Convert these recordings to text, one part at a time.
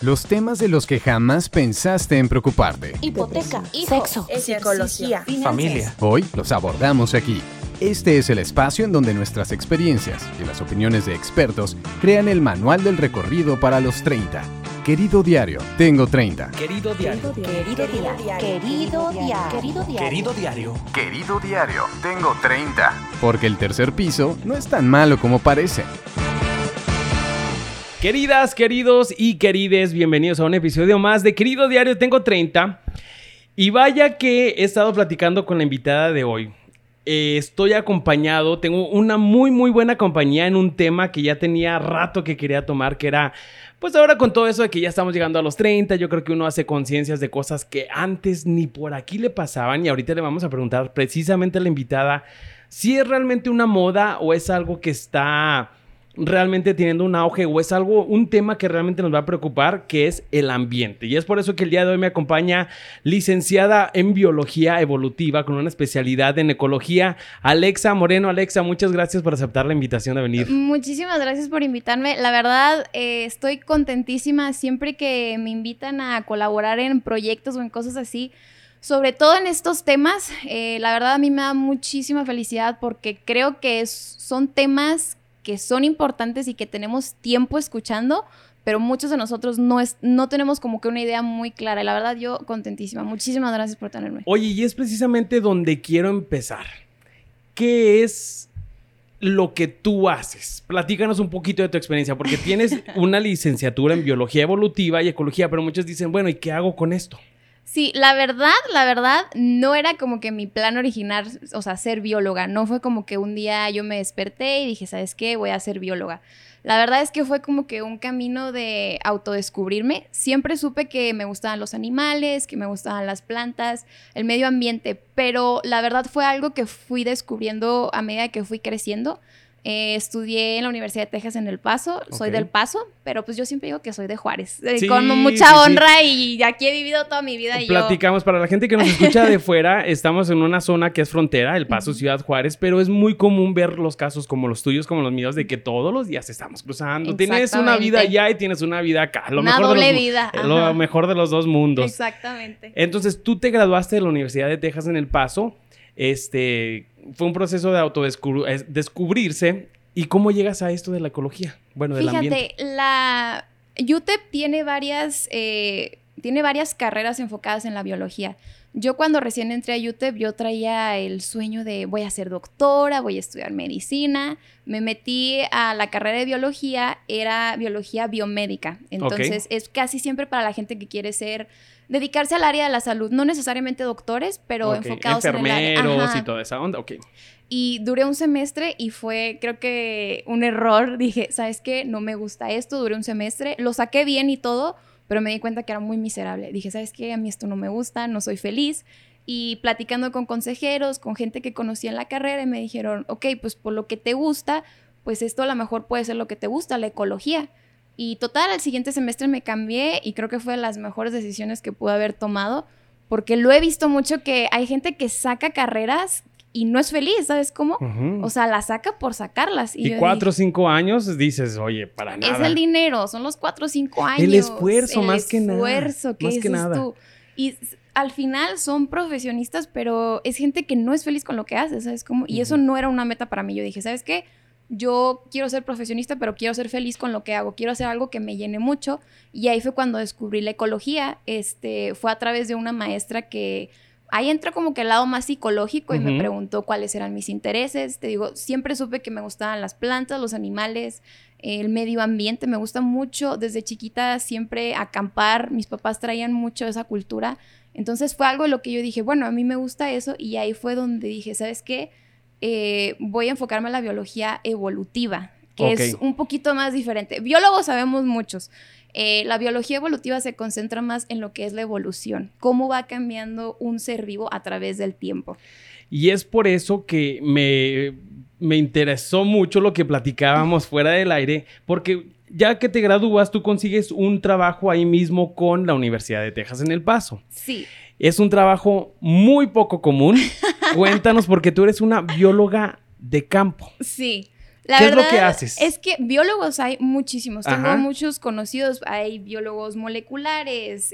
Los temas de los que jamás pensaste en preocuparte. Hipoteca, sexo, psicología, familia. Hoy los abordamos aquí. Este es el espacio en donde nuestras experiencias y las opiniones de expertos crean el manual del recorrido para los 30. Querido diario, tengo 30. Querido diario. Querido diario. Querido diario, tengo 30. Porque el tercer piso no es tan malo como parece. Queridas, queridos y querides, bienvenidos a un episodio más de Querido Diario Tengo 30. Y vaya que he estado platicando con la invitada de hoy. Estoy acompañado, tengo una muy buena compañía en un tema que ya tenía rato que quería tomar, que era, pues ahora con todo eso de que ya estamos llegando a los 30, yo creo que uno hace conciencias de cosas que antes ni por aquí le pasaban, y ahorita le vamos a preguntar precisamente a la invitada si es realmente una moda o es algo que está realmente teniendo un auge o es un tema que realmente nos va a preocupar, que es el ambiente. Y es por eso que el día de hoy me acompaña licenciada en biología evolutiva con una especialidad en ecología, Alexa Moreno. Alexa, muchas gracias por aceptar la invitación de venir. Muchísimas gracias por invitarme. La verdad, estoy contentísima siempre que me invitan a colaborar en proyectos o en cosas así. Sobre todo en estos temas, la verdad a mí me da muchísima felicidad porque creo que son temas que son importantes y que tenemos tiempo escuchando, pero muchos de nosotros no tenemos como que una idea muy clara. Y la verdad, yo contentísima. Muchísimas gracias por tenerme. Oye, y es precisamente donde quiero empezar. ¿Qué es lo que tú haces? Platícanos un poquito de tu experiencia, porque tienes una licenciatura en biología evolutiva y ecología, pero muchos dicen, bueno, ¿y qué hago con esto? Sí, la verdad, no era como que mi plan original, o sea, ser bióloga. No fue como que un día yo me desperté y dije, ¿sabes qué? Voy a ser bióloga. La verdad es que fue como que un camino de autodescubrirme. Siempre supe que me gustaban los animales, que me gustaban las plantas, el medio ambiente, pero la verdad fue algo que fui descubriendo a medida que fui creciendo. Estudié en la Universidad de Texas en El Paso, soy del Paso, pero pues yo siempre digo que soy de Juárez, con mucha honra y aquí he vivido toda mi vida. Platicamos, para la gente que nos escucha de fuera, estamos en una zona que es frontera, El Paso, Ciudad Juárez, pero es muy común ver los casos como los tuyos, como los míos, de que todos los días estamos cruzando. Tienes una vida allá y tienes una vida acá. Lo mejor de los dos mundos. Exactamente. Entonces, tú te graduaste de la Universidad de Texas en El Paso. Fue un proceso de autodescubrirse. ¿Y cómo llegas a esto de la ecología? Bueno, del ambiente. Fíjate, la UTEP tiene varias carreras enfocadas en la biología. Yo cuando recién entré a UTEP, yo traía el sueño de voy a ser doctora, voy a estudiar medicina. Me metí a la carrera de biología, era biología biomédica. Entonces, es casi siempre para la gente que quiere dedicarse al área de la salud. No necesariamente doctores, pero enfocados en el área. Enfermeros y toda esa onda, Y duré un semestre y fue, creo que, un error. Dije, ¿sabes qué? No me gusta esto. Duré un semestre, lo saqué bien y todo, pero me di cuenta que era muy miserable. Dije, ¿sabes qué? A mí esto no me gusta, no soy feliz. Y platicando con consejeros, con gente que conocía en la carrera, y me dijeron, ok, pues por lo que te gusta, pues esto a lo mejor puede ser lo que te gusta, la ecología. Y total, al siguiente semestre me cambié y creo que fue de las mejores decisiones que pude haber tomado, porque lo he visto mucho que hay gente que saca carreras y no es feliz, ¿sabes cómo? O sea, la saca por sacarlas. Y 4 o 5 años dices, oye, para nada. Es el dinero, son los 4 o 5 años. El esfuerzo, más que nada. El esfuerzo, ¿qué dices tú? Y al final son profesionistas, pero es gente que no es feliz con lo que hace, ¿sabes cómo? Y eso no era una meta para mí. Yo dije, ¿sabes qué? Yo quiero ser profesionista, pero quiero ser feliz con lo que hago. Quiero hacer algo que me llene mucho. Y ahí fue cuando descubrí la ecología. Fue a través de una maestra que ahí entró como que el lado más psicológico y me preguntó cuáles eran mis intereses. Te digo, siempre supe que me gustaban las plantas, los animales, el medio ambiente. Me gusta mucho. Desde chiquita siempre acampar. Mis papás traían mucho esa cultura. Entonces fue algo de lo que yo dije, bueno, a mí me gusta eso. Y ahí fue donde dije, ¿sabes qué? Voy a enfocarme en la biología evolutiva, que es un poquito más diferente. Biólogos sabemos muchos. La biología evolutiva se concentra más en lo que es la evolución, cómo va cambiando un ser vivo a través del tiempo. Y es por eso que me interesó mucho lo que platicábamos fuera del aire, porque ya que te gradúas, tú consigues un trabajo ahí mismo con la Universidad de Texas en El Paso. Sí. Es un trabajo muy poco común. Cuéntanos, porque tú eres una bióloga de campo. Sí. ¿Qué es lo que haces? Es que biólogos hay muchísimos. Ajá. Tengo muchos conocidos. Hay biólogos moleculares,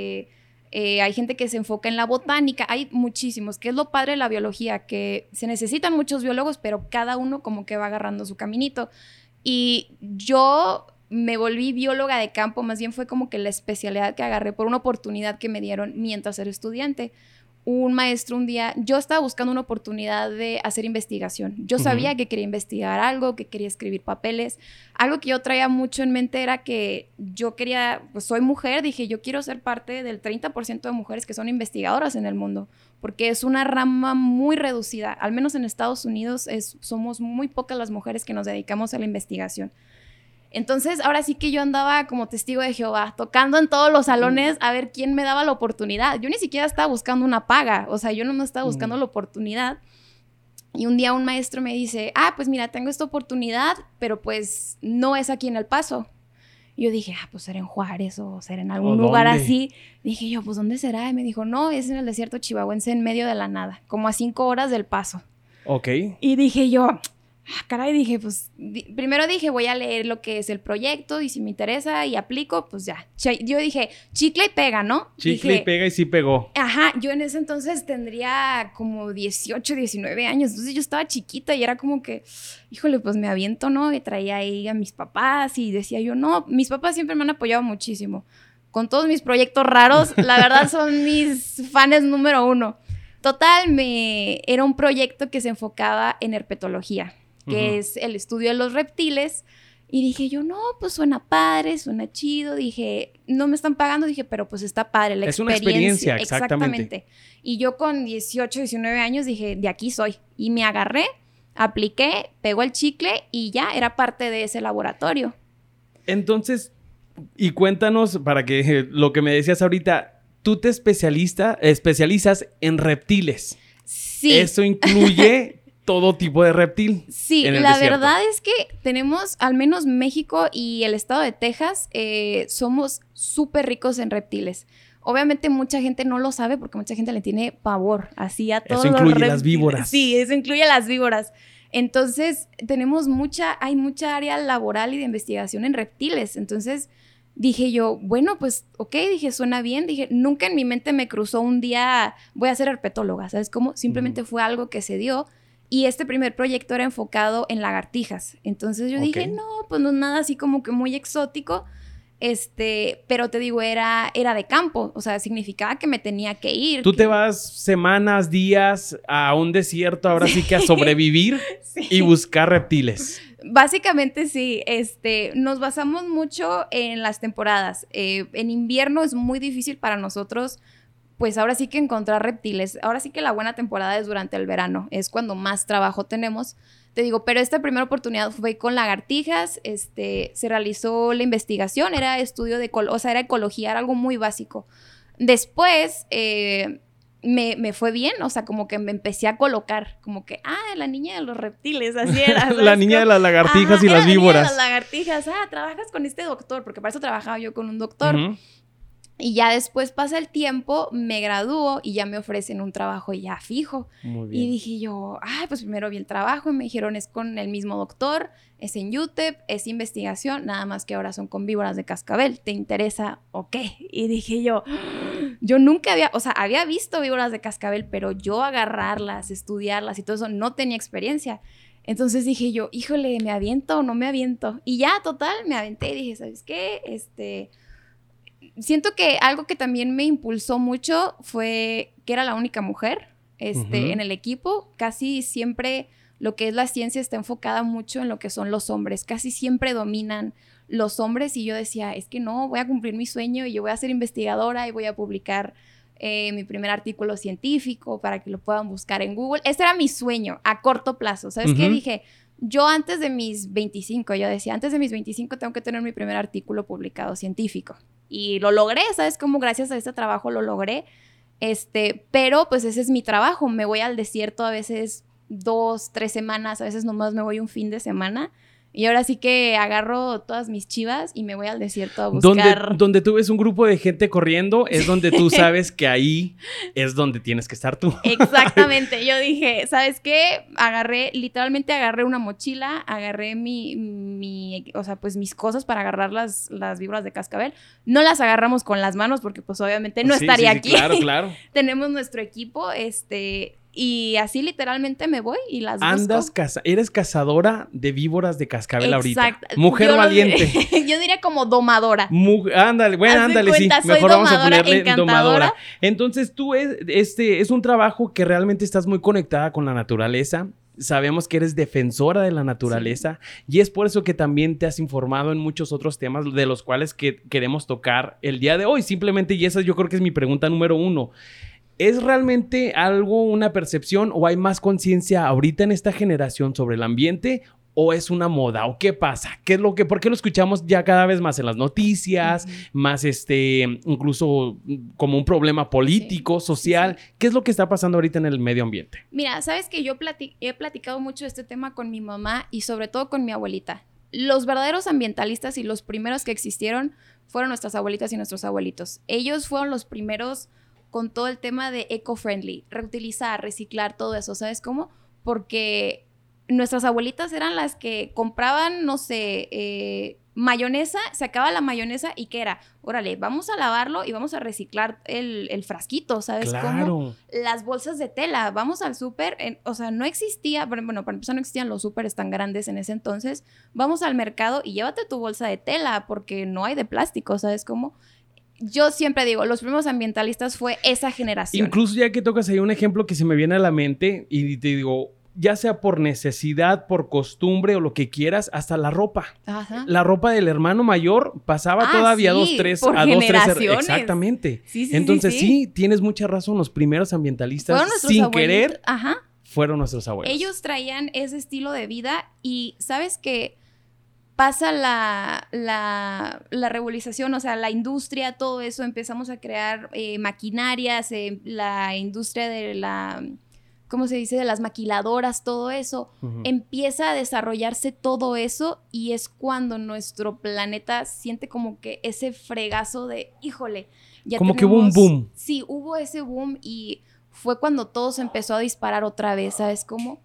hay gente que se enfoca en la botánica. Hay muchísimos. Que es lo padre de la biología, que se necesitan muchos biólogos, pero cada uno como que va agarrando su caminito. Y yo me volví bióloga de campo, más bien fue como que la especialidad que agarré por una oportunidad que me dieron mientras era estudiante. Un maestro un día, yo estaba buscando una oportunidad de hacer investigación. Yo sabía que quería investigar algo, que quería escribir papeles. Algo que yo traía mucho en mente era que yo quería, pues soy mujer, dije, yo quiero ser parte del 30% de mujeres que son investigadoras en el mundo, porque es una rama muy reducida. Al menos en Estados Unidos somos muy pocas las mujeres que nos dedicamos a la investigación. Entonces, ahora sí que yo andaba como testigo de Jehová, tocando en todos los salones a ver quién me daba la oportunidad. Yo ni siquiera estaba buscando una paga, o sea, yo no me estaba buscando la oportunidad. Y un día un maestro me dice, pues mira, tengo esta oportunidad, pero pues no es aquí en El Paso. Y yo dije, pues será en Juárez o será en algún lugar así. Dije yo, pues ¿dónde será? Y me dijo, no, es en el desierto chihuahuense, en medio de la nada, como a 5 horas del Paso. Ok. Y dije yo... caray, dije, pues, primero dije, voy a leer lo que es el proyecto y si me interesa y aplico, pues ya. Yo dije, chicle y pega, ¿no? Chicle y pega y sí pegó. Ajá, yo en ese entonces tendría como 18, 19 años, entonces yo estaba chiquita y era como que, híjole, pues me aviento, ¿no? Y traía ahí a mis papás y decía yo, no, mis papás siempre me han apoyado muchísimo. Con todos mis proyectos raros, la verdad son mis fans número 1. Total, era un proyecto que se enfocaba en herpetología, que es el estudio de los reptiles. Y dije yo, no, pues suena padre, suena chido. Dije, no me están pagando. Dije, pero pues está padre la experiencia. Es una experiencia, exactamente. Y yo con 18, 19 años dije, de aquí soy. Y me agarré, apliqué, pegó el chicle y ya era parte de ese laboratorio. Entonces, y cuéntanos, para que lo que me decías ahorita, tú te especializas en reptiles. Sí. Eso incluye... todo tipo de reptil. Sí, en el la desierto. verdad es que tenemos, al menos México y el estado de Texas, somos súper ricos en reptiles. Obviamente mucha gente no lo sabe porque mucha gente le tiene pavor así a todos los reptiles. Eso incluye las víboras. Sí, eso incluye las víboras. Entonces, hay mucha área laboral y de investigación en reptiles. Entonces, dije yo, bueno, pues, ok, dije, suena bien. Dije, nunca en mi mente me cruzó un día, voy a ser herpetóloga, ¿sabes cómo? Simplemente fue algo que se dio. Y este primer proyecto era enfocado en lagartijas. Entonces yo dije, no, pues no es nada así como que muy exótico. Pero te digo, era de campo. O sea, significaba que me tenía que ir. Tú te vas semanas, días a un desierto, ahora sí que a sobrevivir y buscar reptiles. Básicamente sí. Nos basamos mucho en las temporadas. En invierno es muy difícil para nosotros, pues ahora sí que encontrar reptiles. Ahora sí que la buena temporada es durante el verano. Es cuando más trabajo tenemos. Te digo, pero esta primera oportunidad fue con lagartijas. Se realizó la investigación. Era estudio de... era ecología. Era algo muy básico. Después... me fue bien, o sea, como que me empecé a colocar, como que, la niña de los reptiles, así era. La niña de las lagartijas y las víboras. La niña de las lagartijas, trabajas con este doctor, porque para eso trabajaba yo con un doctor. Y ya después pasa el tiempo, me gradúo y ya me ofrecen un trabajo ya fijo. Muy bien. Y dije yo, pues primero vi el trabajo y me dijeron, es con el mismo doctor, es en UTEP, es investigación, nada más que ahora son con víboras de cascabel. ¿Te interesa o qué? Y dije yo nunca había visto víboras de cascabel, pero yo agarrarlas, estudiarlas y todo eso, no tenía experiencia. Entonces dije yo, híjole, ¿me aviento o no me aviento? Y ya, total, me aventé y dije, ¿sabes qué? Siento que algo que también me impulsó mucho fue que era la única mujer en el equipo. Casi siempre lo que es la ciencia está enfocada mucho en lo que son los hombres. Casi siempre dominan los hombres y yo decía, es que no, voy a cumplir mi sueño y yo voy a ser investigadora y voy a publicar mi primer artículo científico para que lo puedan buscar en Google. Ese era mi sueño a corto plazo. ¿Sabes qué? Dije, yo antes de mis 25, antes de mis 25 tengo que tener mi primer artículo publicado científico. Y lo logré, ¿sabes cómo? Gracias a este trabajo lo logré. Pero pues ese es mi trabajo. Me voy al desierto a veces 2, 3 semanas, a veces nomás me voy un fin de semana. Y ahora sí que agarro todas mis chivas y me voy al desierto a buscar. Donde tú ves un grupo de gente corriendo, es donde tú sabes que ahí es donde tienes que estar tú. Exactamente. Yo dije, ¿sabes qué? Literalmente agarré una mochila, agarré o sea, pues mis cosas para agarrar las víboras de cascabel. No las agarramos con las manos porque pues obviamente no estaría aquí. Claro. Tenemos nuestro equipo, y así literalmente me voy y las busco. Eres cazadora de víboras de cascabel ahorita. Exacto. Mujer valiente. Yo diría como domadora. Ándale, sí. Mejor vamos a ponerle domadora. Entonces tú es un trabajo que realmente estás muy conectada con la naturaleza. Sabemos que eres defensora de la naturaleza, sí. Y es por eso que también te has informado en muchos otros temas de los cuales queremos tocar el día de hoy. Simplemente, y esa yo creo que es mi pregunta número 1. ¿Es realmente algo, una percepción, o hay más conciencia ahorita en esta generación sobre el ambiente, o es una moda, o qué pasa? ¿Por qué lo escuchamos ya cada vez más en las noticias, más incluso como un problema político, social? Sí. ¿Qué es lo que está pasando ahorita en el medio ambiente? Mira, sabes que yo he platicado mucho de este tema con mi mamá y sobre todo con mi abuelita. Los verdaderos ambientalistas y los primeros que existieron fueron nuestras abuelitas y nuestros abuelitos. Ellos fueron los primeros con todo el tema de eco-friendly, reutilizar, reciclar, todo eso, ¿sabes cómo? Porque nuestras abuelitas eran las que compraban, no sé, mayonesa, se acaba la mayonesa y ¿qué era? Órale, vamos a lavarlo y vamos a reciclar el frasquito, ¿sabes cómo? Las bolsas de tela, vamos al súper, o sea, no existía, bueno, para empezar no existían los súperes tan grandes en ese entonces, vamos al mercado y llévate tu bolsa de tela porque no hay de plástico, ¿sabes cómo? Yo siempre digo, los primeros ambientalistas fue esa generación. Incluso ya que tocas ahí un ejemplo que se me viene a la mente y te digo, ya sea por necesidad, por costumbre o lo que quieras, hasta la ropa. Ajá. La ropa del hermano mayor pasaba todavía sí, 2-3 por generaciones. Exactamente. Sí, entonces sí, tienes mucha razón. Los primeros ambientalistas, sin abuelitos, querer, fueron nuestros abuelos. Ellos traían ese estilo de vida y ¿sabes qué? Pasa la revolución, o sea, la industria, todo eso, empezamos a crear maquinarias, la industria de ¿cómo se dice? De las maquiladoras, todo eso. Empieza a desarrollarse todo eso y es cuando nuestro planeta siente como que ese fregazo de, híjole, ya como que hubo un boom. Sí, hubo ese boom y fue cuando todo se empezó a disparar otra vez, ¿sabes cómo?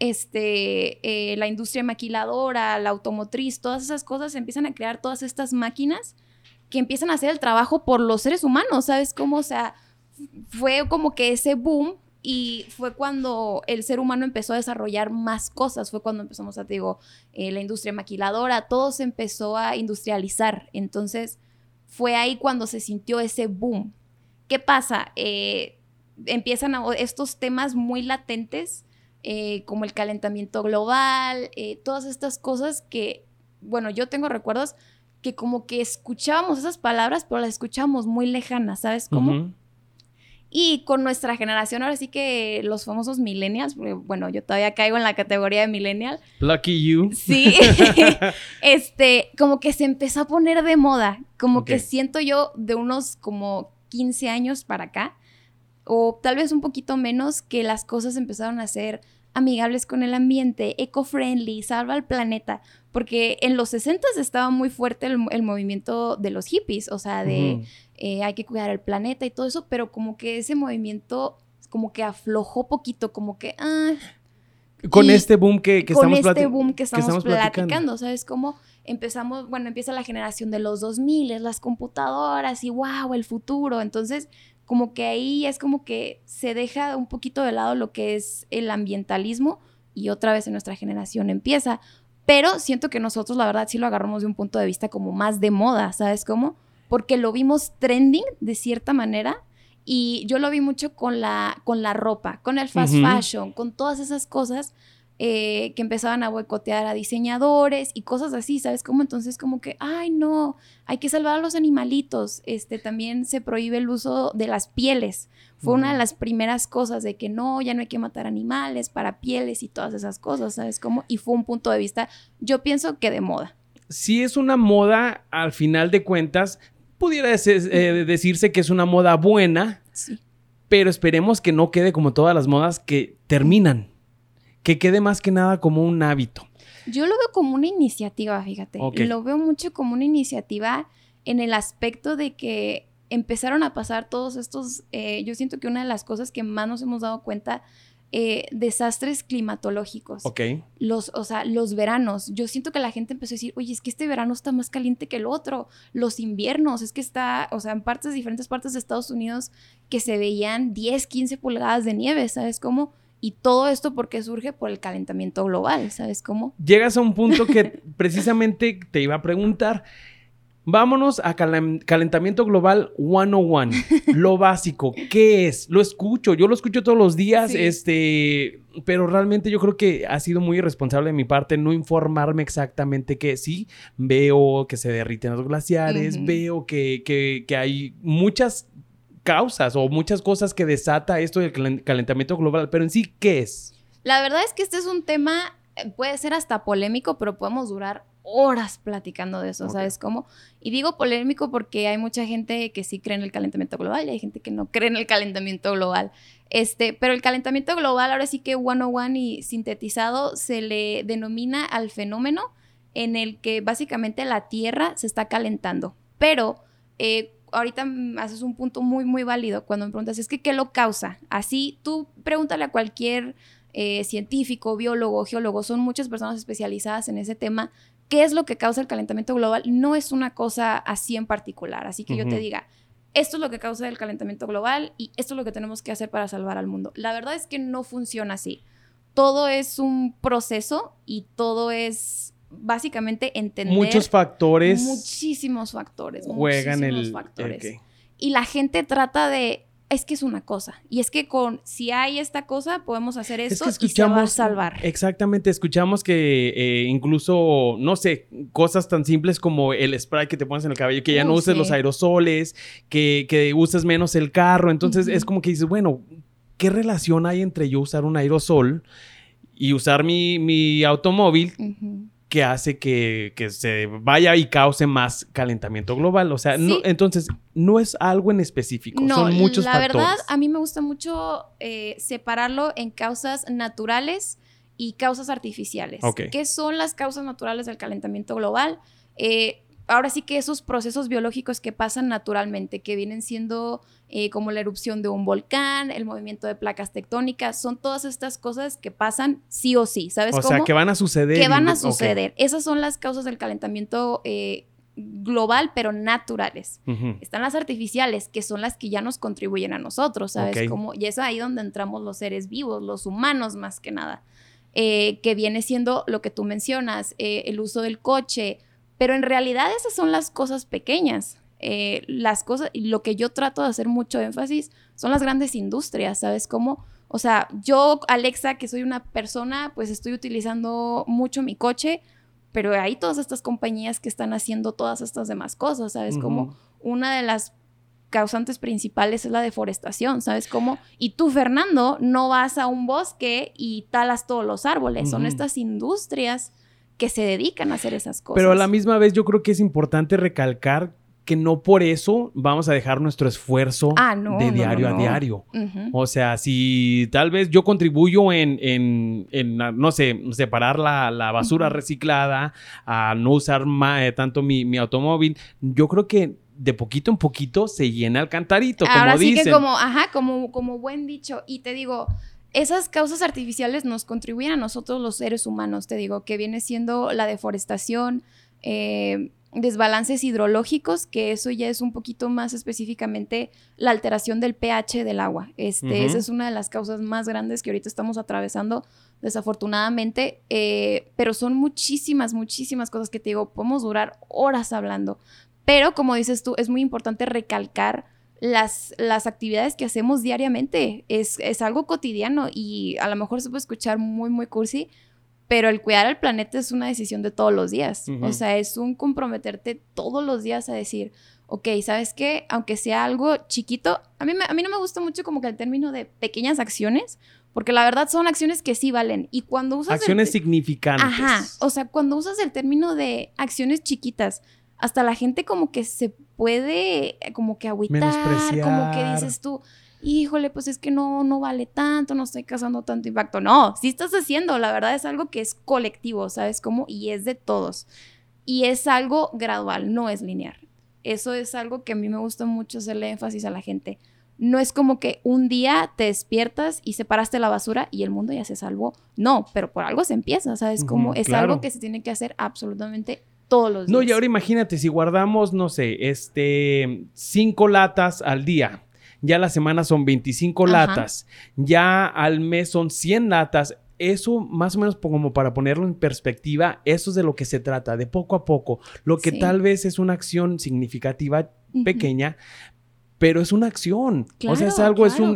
La industria maquiladora, la automotriz, todas esas cosas empiezan a crear todas estas máquinas que empiezan a hacer el trabajo por los seres humanos, ¿sabes cómo? O sea, fue como que ese boom y fue cuando el ser humano empezó a desarrollar más cosas, fue cuando empezamos a, te digo, la industria maquiladora, todo se empezó a industrializar, entonces fue ahí cuando se sintió ese boom. ¿Qué pasa? Empiezan estos temas muy latentes, como el calentamiento global, todas estas cosas que, bueno, yo tengo recuerdos que como que escuchábamos esas palabras, pero las escuchábamos muy lejanas, ¿sabes cómo? Y con nuestra generación, ahora sí que los famosos millennials, porque, bueno, yo todavía caigo en la categoría de millennial. Lucky you. Sí. Como que se empezó a poner de moda, como que siento yo de unos como 15 años para acá, o tal vez un poquito menos, que las cosas empezaron a ser amigables con el ambiente, eco-friendly, salva al planeta, porque en los 60s estaba muy fuerte el movimiento de los hippies, o sea, de hay que cuidar el planeta y todo eso, pero como que ese movimiento como que aflojó poquito, como que... con este boom que estamos platicando, ¿sabes cómo? Empieza la generación de los 2000, las computadoras y wow, el futuro, entonces... como que ahí es como que se deja un poquito de lado lo que es el ambientalismo y otra vez en nuestra generación empieza. Pero siento que nosotros, la verdad, sí lo agarramos de un punto de vista como más de moda, ¿sabes cómo? Porque lo vimos trending de cierta manera y yo lo vi mucho con la ropa, con el fast fashion, con todas esas cosas que empezaban a boicotear a diseñadores y cosas así, ¿sabes cómo? Entonces como que, ay no, hay que salvar a los animalitos. También se prohíbe el uso de las pieles. Fue una de las primeras cosas de que no, ya no hay que matar animales para pieles y todas esas cosas, ¿sabes cómo? Y fue un punto de vista, yo pienso que de moda. Sí es una moda, al final de cuentas, pudiera decirse que es una moda buena, sí. Pero esperemos que no quede como todas las modas que terminan. Que quede más que nada como un hábito. Yo lo veo como una iniciativa, fíjate. Okay. Lo veo mucho como una iniciativa en el aspecto de que empezaron a pasar todos estos... yo siento que una de las cosas que más nos hemos dado cuenta, desastres climatológicos. Ok. Los veranos. Yo siento que la gente empezó a decir, oye, es que este verano está más caliente que el otro. Los inviernos, es que está, o sea, en diferentes partes de Estados Unidos que se veían 10, 15 pulgadas de nieve, ¿sabes cómo? Y todo esto porque surge por el calentamiento global, ¿sabes cómo? Llegas a un punto que precisamente te iba a preguntar. Vámonos a calentamiento global 101. Lo básico, ¿qué es? Lo escucho, yo lo escucho todos los días, sí. Pero realmente yo creo que ha sido muy irresponsable de mi parte no informarme exactamente qué. Sí, veo que se derriten los glaciares, veo que hay muchas causas o muchas cosas que desata esto del calentamiento global, pero en sí, ¿qué es? La verdad es que este es un tema, puede ser hasta polémico, pero podemos durar horas platicando de eso, ¿sabes cómo? Y digo polémico porque hay mucha gente que sí cree en el calentamiento global y hay gente que no cree en el calentamiento global. Pero el calentamiento global, ahora sí que 101 y sintetizado, se le denomina al fenómeno en el que básicamente la Tierra se está calentando. Pero ahorita haces un punto muy, muy válido cuando me preguntas, es que ¿qué lo causa? Así, tú pregúntale a cualquier científico, biólogo, geólogo, son muchas personas especializadas en ese tema. ¿Qué es lo que causa el calentamiento global? No es una cosa así en particular. Así que yo te diga, esto es lo que causa el calentamiento global y esto es lo que tenemos que hacer para salvar al mundo. La verdad es que no funciona así. Todo es un proceso y todo es básicamente entender... Muchos factores. Muchísimos factores. Juegan muchísimos factores. Okay. Y la gente trata de... Es que es una cosa. Y es que si hay esta cosa, podemos hacer esto y se va a salvar. Exactamente. Escuchamos que incluso, no sé, cosas tan simples como el spray que te pones en el cabello, que ya no uses los aerosoles, que uses menos el carro. Entonces, es como que dices, bueno, ¿qué relación hay entre yo usar un aerosol y usar mi automóvil que hace que se vaya y cause más calentamiento global? O sea, no, entonces, no es algo en específico, son muchos factores. La verdad, a mí me gusta mucho separarlo en causas naturales y causas artificiales. Okay. ¿Qué son las causas naturales del calentamiento global? Ahora sí que esos procesos biológicos que pasan naturalmente, que vienen siendo como la erupción de un volcán, el movimiento de placas tectónicas, son todas estas cosas que pasan sí o sí, ¿sabes cómo? O sea, que van a suceder. Que van a suceder. Okay. Esas son las causas del calentamiento global, pero naturales. Están las artificiales, que son las que ya nos contribuyen a nosotros, ¿sabes cómo? Y es ahí donde entramos los seres vivos, los humanos más que nada, que viene siendo lo que tú mencionas, el uso del coche. Pero en realidad esas son las cosas pequeñas. Las cosas, y lo que yo trato de hacer mucho énfasis son las grandes industrias, ¿sabes cómo? O sea, yo, Alexa, que soy una persona, pues estoy utilizando mucho mi coche, pero hay todas estas compañías que están haciendo todas estas demás cosas, ¿sabes cómo? Una de las causantes principales es la deforestación, ¿sabes cómo? Y tú, Fernando, no vas a un bosque y talas todos los árboles. Son estas industrias que se dedican a hacer esas cosas. Pero a la misma vez yo creo que es importante recalcar que no por eso vamos a dejar nuestro esfuerzo de diario a diario. O sea, si tal vez yo contribuyo en no sé, separar la basura reciclada, a no usar tanto mi automóvil, yo creo que de poquito en poquito se llena el cantarito, ahora como sí dicen. Que como buen dicho. Y te digo, esas causas artificiales nos contribuyen a nosotros los seres humanos, te digo, que viene siendo la deforestación, desbalances hidrológicos, que eso ya es un poquito más específicamente la alteración del pH del agua. Esa es una de las causas más grandes que ahorita estamos atravesando, desafortunadamente, pero son muchísimas cosas que te digo, podemos durar horas hablando. Pero como dices tú, es muy importante recalcar las actividades que hacemos diariamente. Es algo cotidiano y a lo mejor se puede escuchar muy, muy cursi, pero el cuidar al planeta es una decisión de todos los días. O sea, es un comprometerte todos los días a decir, ok, ¿sabes qué? Aunque sea algo chiquito, a mí no me gusta mucho como que el término de pequeñas acciones, porque la verdad son acciones que sí valen. Y cuando usas acciones significantes. Ajá, o sea, cuando usas el término de acciones chiquitas, hasta la gente como que se puede como que agüitar, como que dices tú, híjole, pues es que no vale tanto, no estoy causando tanto impacto. No, sí estás haciendo, la verdad es algo que es colectivo, ¿sabes cómo? Y es de todos. Y es algo gradual, no es lineal. Eso es algo que a mí me gusta mucho hacerle énfasis a la gente. No es como que un día te despiertas y separaste la basura y el mundo ya se salvó. No, pero por algo se empieza, ¿sabes? Como es claro. algo que se tiene que hacer absolutamente todos los días. No, y ahora imagínate, si guardamos, no sé, 5 latas al día, ya a la semana son 25 latas, ya al mes son 100 latas. Eso, más o menos como para ponerlo en perspectiva, eso es de lo que se trata, de poco a poco. Lo que tal vez es una acción significativa, pequeña, pero es una acción. Claro, o sea, es algo, es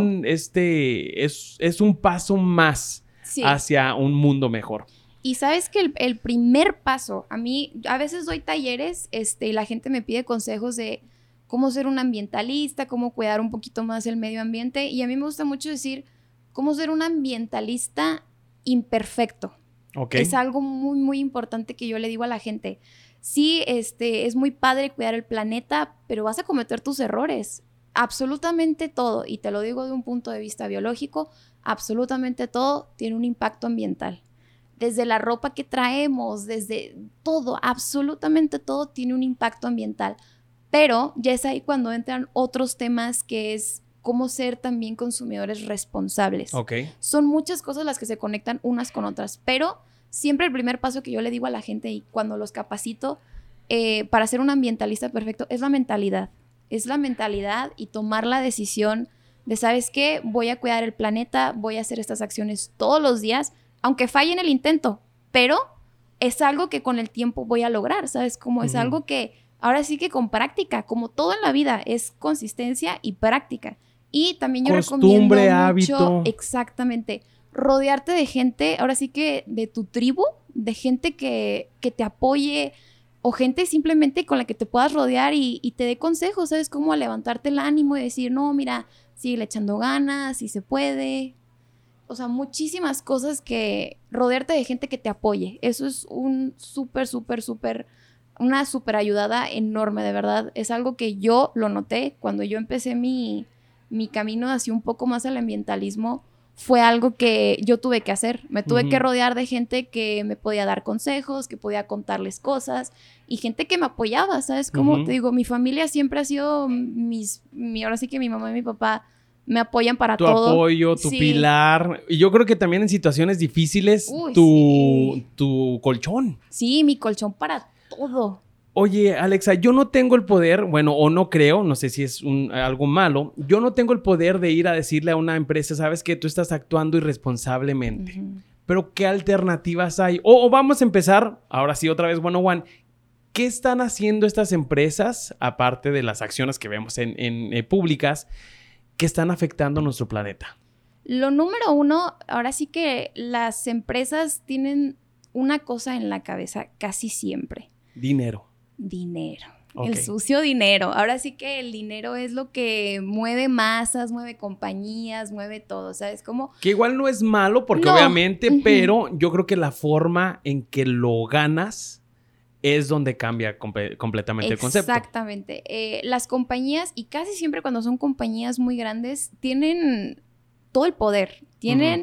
un paso más hacia un mundo mejor. Y sabes que el primer paso, a veces doy talleres, y la gente me pide consejos de cómo ser un ambientalista, cómo cuidar un poquito más el medio ambiente, y a mí me gusta mucho decir cómo ser un ambientalista imperfecto. Okay. Es algo muy, muy importante que yo le digo a la gente. Sí, es muy padre cuidar el planeta, pero vas a cometer tus errores. Absolutamente todo, y te lo digo de un punto de vista biológico, absolutamente todo tiene un impacto ambiental. Desde la ropa que traemos, desde todo, absolutamente todo tiene un impacto ambiental. Pero ya es ahí cuando entran otros temas que es cómo ser también consumidores responsables. Okay. Son muchas cosas las que se conectan unas con otras, pero siempre el primer paso que yo le digo a la gente y cuando los capacito para ser un ambientalista perfecto es la mentalidad. Es la mentalidad y tomar la decisión de, ¿sabes qué? Voy a cuidar el planeta, voy a hacer estas acciones todos los días, aunque falle en el intento, pero es algo que con el tiempo voy a lograr, ¿sabes? Como es algo que ahora sí que con práctica, como todo en la vida, es consistencia y práctica. Y también yo recomiendo mucho, hábito. Exactamente, rodearte de gente, ahora sí que de tu tribu, de gente que te apoye o gente simplemente con la que te puedas rodear y te dé consejos, ¿sabes? Como a levantarte el ánimo y decir, no, mira, sigue echando ganas, si se puede. O sea, muchísimas cosas que rodearte de gente que te apoye. Eso es un una súper ayudada enorme, de verdad. Es algo que yo lo noté cuando yo empecé mi camino hacia un poco más al ambientalismo. Fue algo que yo tuve que hacer. Me tuve que rodear de gente que me podía dar consejos, que podía contarles cosas y gente que me apoyaba, ¿sabes? Como te digo, mi familia siempre ha sido ahora sí que mi mamá y mi papá me apoyan para todo. Tu apoyo, tu pilar. Y yo creo que también en situaciones difíciles, tu colchón. Sí, mi colchón para todo. Oye, Alexa, yo no tengo el poder, bueno, o no creo, no sé si es algo malo, yo no tengo el poder de ir a decirle a una empresa, sabes que tú estás actuando irresponsablemente, pero ¿qué alternativas hay? O vamos a empezar, ahora sí, otra vez, one-on-one, ¿qué están haciendo estas empresas, aparte de las acciones que vemos en públicas, que están afectando nuestro planeta? Lo número uno, ahora sí que las empresas tienen una cosa en la cabeza casi siempre. Dinero. Okay. El sucio dinero. Ahora sí que el dinero es lo que mueve masas, mueve compañías, mueve todo, ¿sabes? Como que igual no es malo porque obviamente, pero yo creo que la forma en que lo ganas es donde cambia completamente el concepto. Exactamente. Las compañías, y casi siempre cuando son compañías muy grandes, tienen todo el poder. Tienen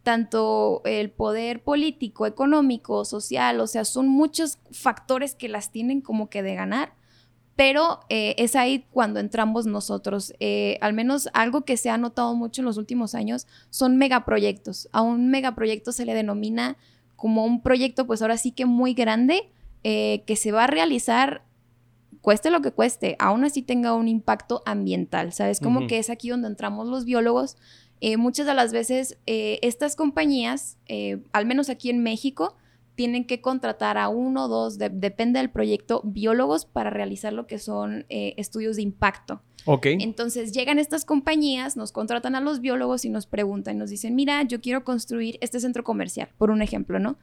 tanto el poder político, económico, social, o sea, son muchos factores que las tienen como que de ganar, pero es ahí cuando entramos nosotros. Al menos algo que se ha notado mucho en los últimos años son megaproyectos. A un megaproyecto se le denomina como un proyecto, pues ahora sí que muy grande, que se va a realizar, cueste lo que cueste, aún así tenga un impacto ambiental, ¿sabes? Como que es aquí donde entramos los biólogos. Muchas de las veces estas compañías, al menos aquí en México, tienen que contratar a 1 o 2, depende del proyecto, biólogos para realizar lo que son estudios de impacto. Okay. Entonces llegan estas compañías, nos contratan a los biólogos y nos preguntan, nos dicen, mira, yo quiero construir este centro comercial, por un ejemplo, ¿no?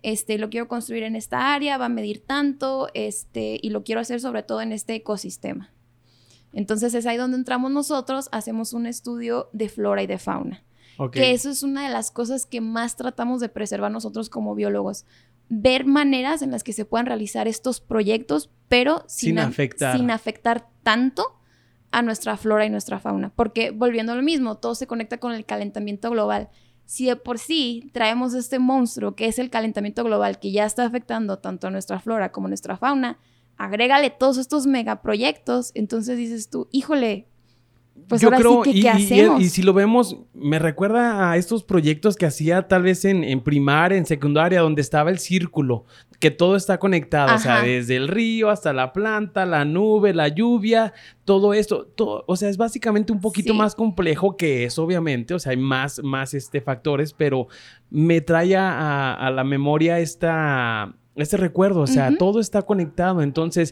Lo quiero construir en esta área, va a medir tanto, y lo quiero hacer sobre todo en este ecosistema. Entonces es ahí donde entramos nosotros, hacemos un estudio de flora y de fauna. Okay. Que eso es una de las cosas que más tratamos de preservar nosotros como biólogos. Ver maneras en las que se puedan realizar estos proyectos, pero sin afectar tanto a nuestra flora y nuestra fauna. Porque, volviendo a lo mismo, todo se conecta con el calentamiento global. Si de por sí traemos este monstruo que es el calentamiento global, que ya está afectando tanto a nuestra flora como a nuestra fauna, agrégale todos estos megaproyectos, entonces dices tú, híjole, pues yo ahora creo, sí que ¿qué hacemos? Y si lo vemos, me recuerda a estos proyectos que hacía tal vez en primaria, en secundaria, donde estaba el círculo, que todo está conectado, o sea, desde el río hasta la planta, la nube, la lluvia, todo esto, todo, o sea, es básicamente un poquito más complejo que eso, obviamente, o sea, hay más factores, pero me trae a la memoria este recuerdo, o sea, todo está conectado, entonces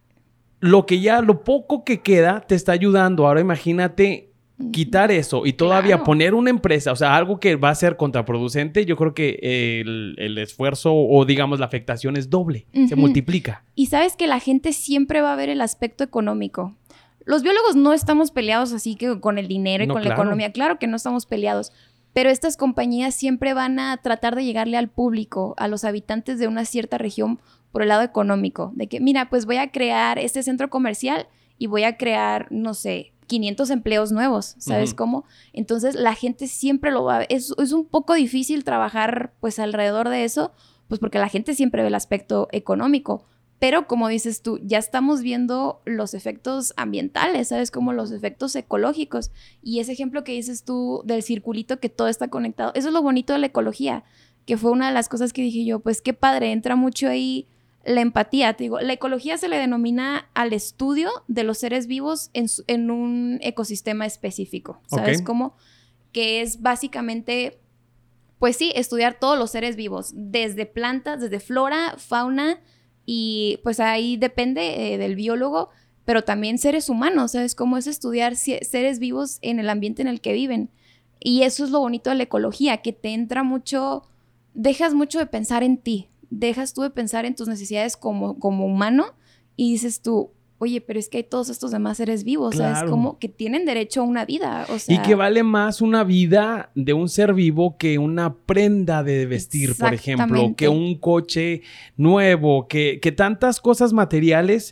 lo poco que queda te está ayudando. Ahora imagínate quitar eso y todavía poner una empresa, o sea, algo que va a ser contraproducente. Yo creo que el esfuerzo o digamos la afectación es doble, se multiplica. Y sabes que la gente siempre va a ver el aspecto económico. Los biólogos no estamos peleados así que con el dinero y con la economía. Claro que no estamos peleados. Pero estas compañías siempre van a tratar de llegarle al público, a los habitantes de una cierta región por el lado económico. De que, mira, pues voy a crear este centro comercial y voy a crear, no sé, 500 empleos nuevos, ¿sabes cómo? Entonces, la gente siempre lo va a ver. Es un poco difícil trabajar, pues, alrededor de eso, pues, porque la gente siempre ve el aspecto económico. Pero, como dices tú, ya estamos viendo los efectos ambientales, ¿sabes? Como los efectos ecológicos. Y ese ejemplo que dices tú del circulito, que todo está conectado, eso es lo bonito de la ecología, que fue una de las cosas que dije yo, pues qué padre, entra mucho ahí la empatía. Te digo, la ecología se le denomina al estudio de los seres vivos en un ecosistema específico, ¿sabes? Como que es básicamente, pues sí, estudiar todos los seres vivos, desde plantas, desde flora, fauna. Y pues ahí depende del biólogo, pero también seres humanos, ¿sabes? Cómo es estudiar seres vivos en el ambiente en el que viven. Y eso es lo bonito de la ecología, que te entra mucho, dejas mucho de pensar en ti, dejas tú de pensar en tus necesidades como humano y dices tú, oye, pero es que hay todos estos demás seres vivos, ¿sabes? Como que tienen derecho a una vida, o sea... Y que vale más una vida de un ser vivo que una prenda de vestir, por ejemplo, que un coche nuevo, que tantas cosas materiales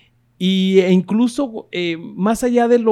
e incluso más allá de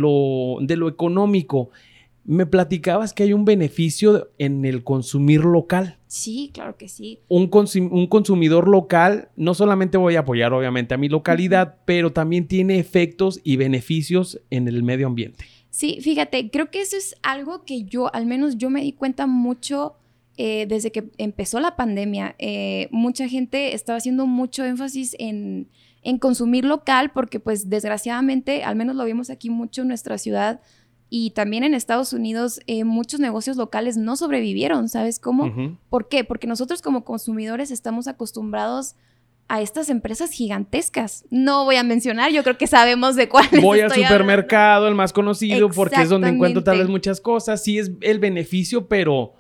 lo económico, me platicabas que hay un beneficio en el consumir local. Sí, claro que sí. Un consumidor local, no solamente voy a apoyar obviamente a mi localidad, pero también tiene efectos y beneficios en el medio ambiente. Sí, fíjate, creo que eso es algo que al menos yo me di cuenta mucho desde que empezó la pandemia. Mucha gente estaba haciendo mucho énfasis en consumir local porque pues desgraciadamente, al menos lo vimos aquí mucho en nuestra ciudad, y también en Estados Unidos, muchos negocios locales no sobrevivieron, ¿sabes cómo? ¿Por qué? Porque nosotros como consumidores estamos acostumbrados a estas empresas gigantescas. No voy a mencionar, yo creo que sabemos de cuáles voy al supermercado, el más conocido, porque es donde encuentro tal vez muchas cosas. Sí es el beneficio, pero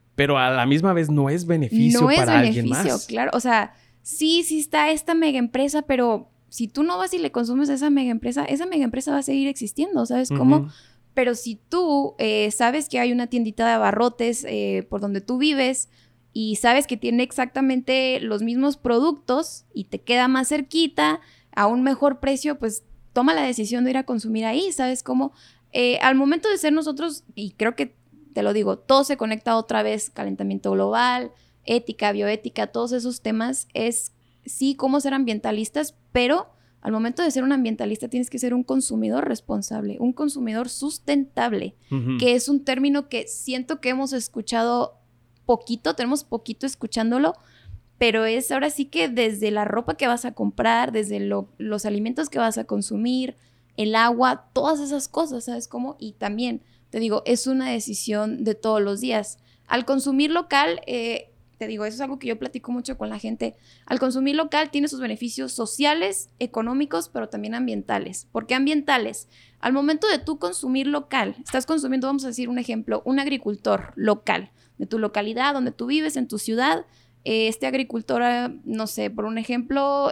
a la misma vez no es beneficio para alguien más. No es beneficio, claro. O sea, sí está esta mega empresa, pero si tú no vas y le consumes a esa mega empresa va a seguir existiendo, ¿sabes cómo? Pero si tú sabes que hay una tiendita de abarrotes por donde tú vives y sabes que tiene exactamente los mismos productos y te queda más cerquita, a un mejor precio, pues toma la decisión de ir a consumir ahí, ¿sabes cómo? Al momento de ser nosotros, y creo que te lo digo, todo se conecta otra vez, calentamiento global, ética, bioética, todos esos temas, es sí cómo ser ambientalistas, pero... Al momento de ser un ambientalista tienes que ser un consumidor responsable, un consumidor sustentable, que es un término que siento que hemos escuchado poquito, tenemos poquito escuchándolo, pero es ahora sí que desde la ropa que vas a comprar, desde los alimentos que vas a consumir, el agua, todas esas cosas, ¿sabes cómo? Y también, te digo, es una decisión de todos los días. Al consumir local... te digo, eso es algo que yo platico mucho con la gente. Al consumir local tiene sus beneficios sociales, económicos, pero también ambientales. ¿Por qué ambientales? Al momento de tú consumir local, estás consumiendo, vamos a decir un ejemplo, un agricultor local, de tu localidad, donde tú vives, en tu ciudad. Este agricultor, no sé, por un ejemplo,